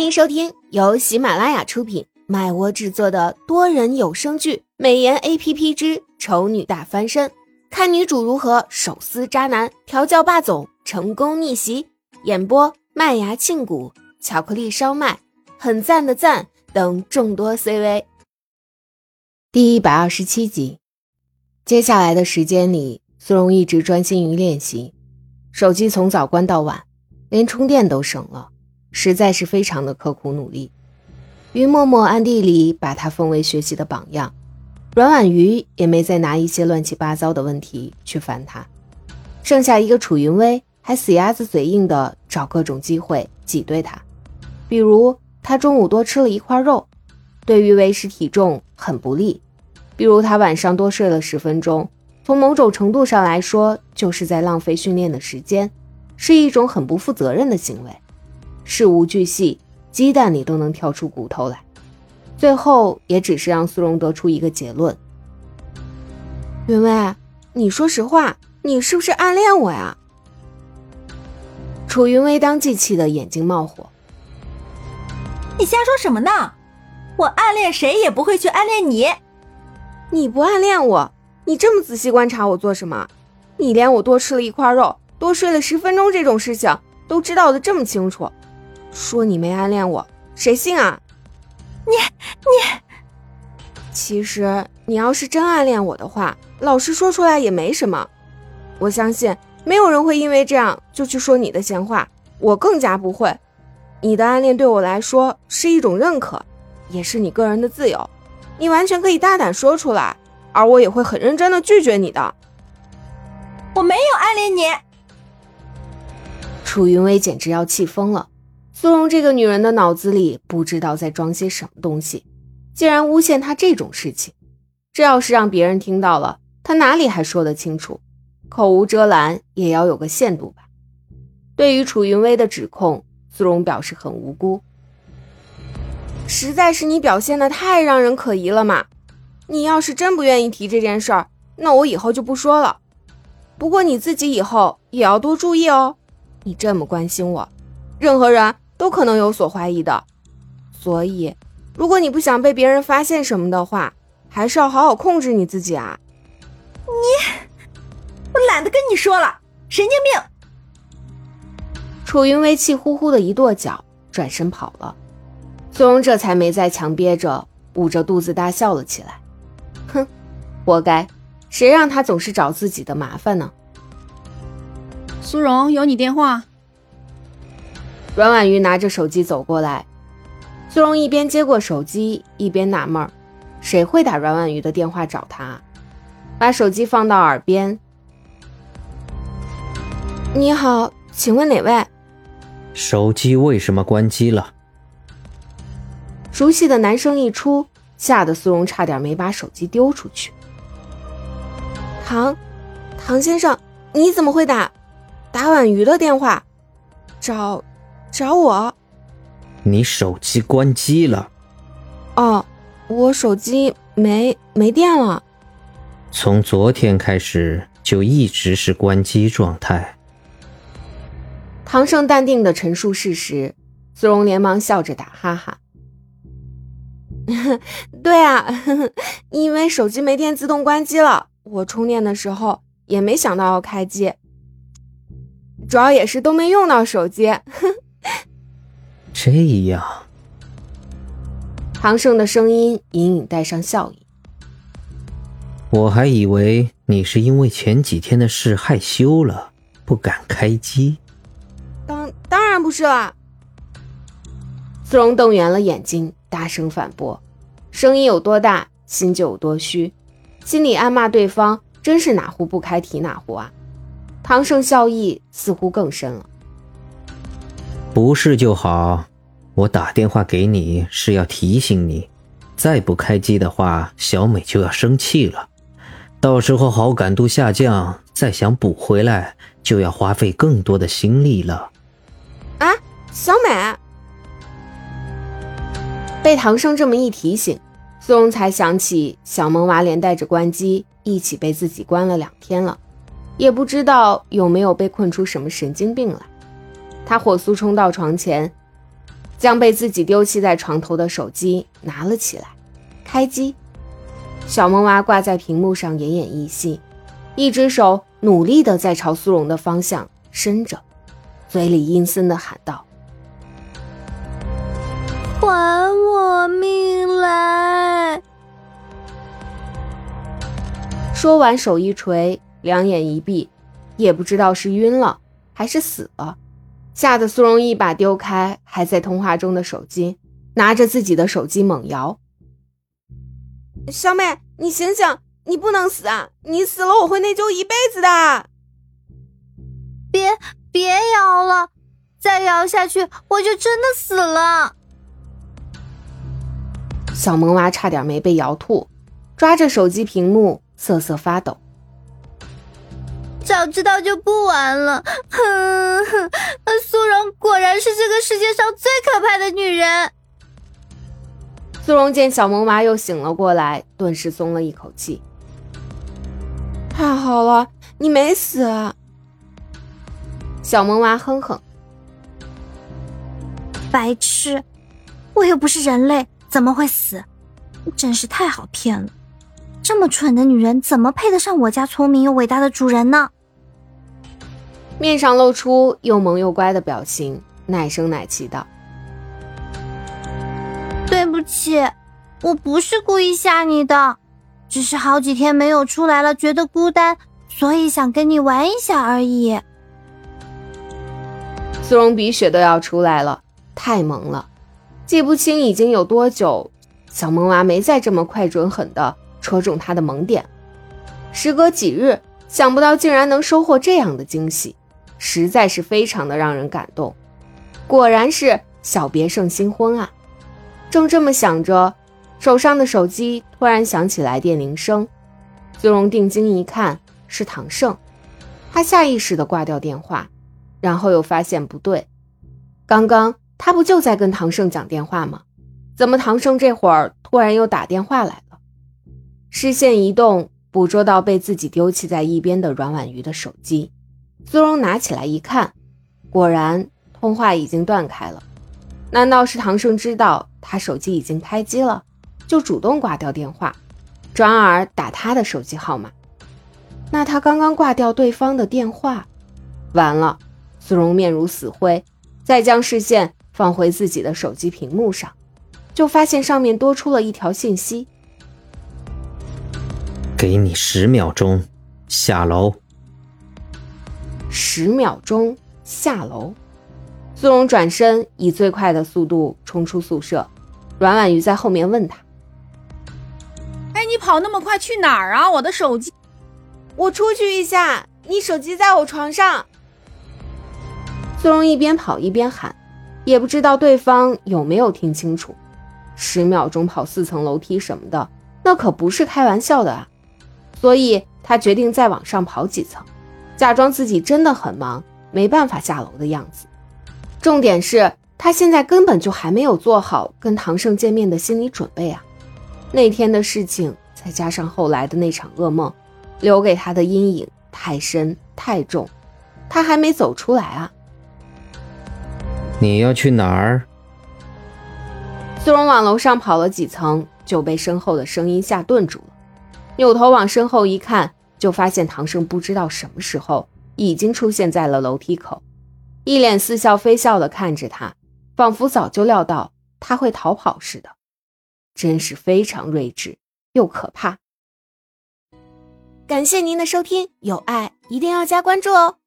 欢迎收听由喜马拉雅出品，麦窝制作的多人有声剧美颜 APP 之丑女大翻身，看女主如何手撕渣男，调教霸总，成功逆袭。演播麦芽庆谷、巧克力烧麦、很赞的赞等众多 CV。 第127集。接下来的时间里，苏荣一直专心于练习，手机从早关到晚，连充电都省了，实在是非常的刻苦努力。于默默暗地里把他奉为学习的榜样，阮婉瑜也没再拿一些乱七八糟的问题去烦他，剩下一个楚云薇还死鸭子嘴硬的找各种机会挤兑他。比如他中午多吃了一块肉，对于维持体重很不利；比如他晚上多睡了10分钟，从某种程度上来说就是在浪费训练的时间，是一种很不负责任的行为。事无巨细，鸡蛋里都能挑出骨头来，最后也只是让苏荣得出一个结论：云薇，你说实话，你是不是暗恋我呀？楚云薇当即气得眼睛冒火。 你瞎说什么呢？我暗恋谁也不会去暗恋你。 你不暗恋我，你这么仔细观察我做什么？你连我多吃了一块肉，多睡了10分钟这种事情都知道的这么清楚，说你没暗恋我，谁信啊？你其实你要是真暗恋我的话，老实说出来也没什么。我相信没有人会因为这样就去说你的闲话，我更加不会。你的暗恋对我来说是一种认可，也是你个人的自由，你完全可以大胆说出来，而我也会很认真的拒绝你的。 我没有暗恋你。 楚云薇简直要气疯了，苏荣这个女人的脑子里不知道在装些什么东西，竟然诬陷她这种事情。这要是让别人听到了，她哪里还说得清楚，口无遮拦也要有个限度吧。对于楚云薇的指控，苏荣表示很无辜。实在是你表现得太让人可疑了嘛，你要是真不愿意提这件事儿，那我以后就不说了。不过你自己以后也要多注意哦，你这么关心我，任何人都可能有所怀疑的，所以如果你不想被别人发现什么的话，还是要好好控制你自己啊。 我懒得跟你说了，神经病。 楚云薇气呼呼的一跺脚，转身跑了。苏荣这才没再强憋着，捂着肚子大笑了起来。哼，活该，谁让他总是找自己的麻烦呢？ 苏荣，有你电话。 阮婉瑜拿着手机走过来，苏荣一边接过手机一边纳闷，谁会打阮婉瑜的电话找他？把手机放到耳边。你好，请问哪位？ 手机为什么关机了？ 熟悉的男声一出，吓得苏荣差点没把手机丢出去。唐先生，你怎么会打婉瑜的电话？找我？ 你手机关机了？ 哦，我手机没电了。 从昨天开始就一直是关机状态。 唐胜淡定地陈述事实，苏荣连忙笑着打哈哈。对啊，因为手机没电自动关机了，我充电的时候也没想到要开机，主要也是都没用到手机。 这样， 唐胜的声音隐隐带上笑意。 我还以为你是因为前几天的事害羞了，不敢开机。 当然不是啦。苏荣瞪圆了眼睛，大声反驳，声音有多大，心就有多虚，心里暗骂对方真是哪壶不开提哪壶啊。唐胜笑意似乎更深了。 不是就好，我打电话给你是要提醒你，再不开机的话，小美就要生气了，到时候好感度下降，再想补回来就要花费更多的心力了。 啊，小美？被唐胜这么一提醒，苏荣才想起小萌娃连带着关机一起被自己关了2天了，也不知道有没有被困出什么神经病来。他火速冲到床前， 将被自己丢弃在床头的手机拿了起来，开机。小萌娃挂在屏幕上奄奄一息，一只手努力地在朝苏荣的方向伸着，嘴里阴森地喊道： 还我命来！ 说完手一垂，两眼一闭，也不知道是晕了还是死了，吓得苏荣一把丢开还在通话中的手机，拿着自己的手机猛摇：小美，你醒醒，你不能死啊，你死了我会内疚一辈子的。 别摇了，再摇下去我就真的死了。 小萌娃差点没被摇吐，抓着手机屏幕瑟瑟发抖。 早知道就不玩了。苏荣果然是这个世界上最可怕的女人。 苏荣见小萌娃又醒了过来，顿时松了一口气。太好了，你没死啊。小萌娃哼哼： 白痴，我又不是人类，怎么会死？真是太好骗了。这么蠢的女人怎么配得上我家聪明又伟大的主人呢？ 面上露出又萌又乖的表情，奶声奶气道： 对不起，我不是故意吓你的，只是好几天没有出来了，觉得孤单，所以想跟你玩一下而已。 苏荣鼻血都要出来了，太萌了，记不清已经有多久，小萌娃没再这么快准狠的戳中他的萌点。时隔几日，想不到竟然能收获这样的惊喜，实在是非常的让人感动。果然是小别胜新婚啊。正这么想着，手上的手机突然响起来电铃声。苏荣定睛一看，是唐胜。他下意识地挂掉电话，然后又发现不对，刚刚他不就在跟唐胜讲电话吗？怎么唐胜这会儿突然又打电话来了？视线一动，捕捉到被自己丢弃在一边的阮婉瑜的手机。苏荣拿起来一看，果然通话已经断开了。难道是唐胜知道他手机已经开机了，就主动挂掉电话，转而打他的手机号码？那他刚刚挂掉对方的电话，完了。苏荣面如死灰，再将视线放回自己的手机屏幕上，就发现上面多出了一条信息： 给你10秒钟下楼。 10秒钟下楼。苏荣转身以最快的速度冲出宿舍，阮婉瑜在后面问他： 哎，你跑那么快去哪儿啊？我的手机。 我出去一下，你手机在我床上。苏荣一边跑一边喊，也不知道对方有没有听清楚。10秒钟跑4层楼梯什么的，那可不是开玩笑的啊。所以他决定再往上跑几层，假装自己真的很忙，没办法下楼的样子。重点是他现在根本就还没有做好跟唐胜见面的心理准备啊。那天的事情再加上后来的那场噩梦，留给他的阴影太深太重，他还没走出来啊。 你要去哪儿？ 苏荣往楼上跑了几层，就被身后的声音吓顿住了。扭头往身后一看，就发现唐胜不知道什么时候已经出现在了楼梯口，一脸似笑非笑地看着他，仿佛早就料到他会逃跑似的，真是非常睿智又可怕。感谢您的收听，有爱一定要加关注哦。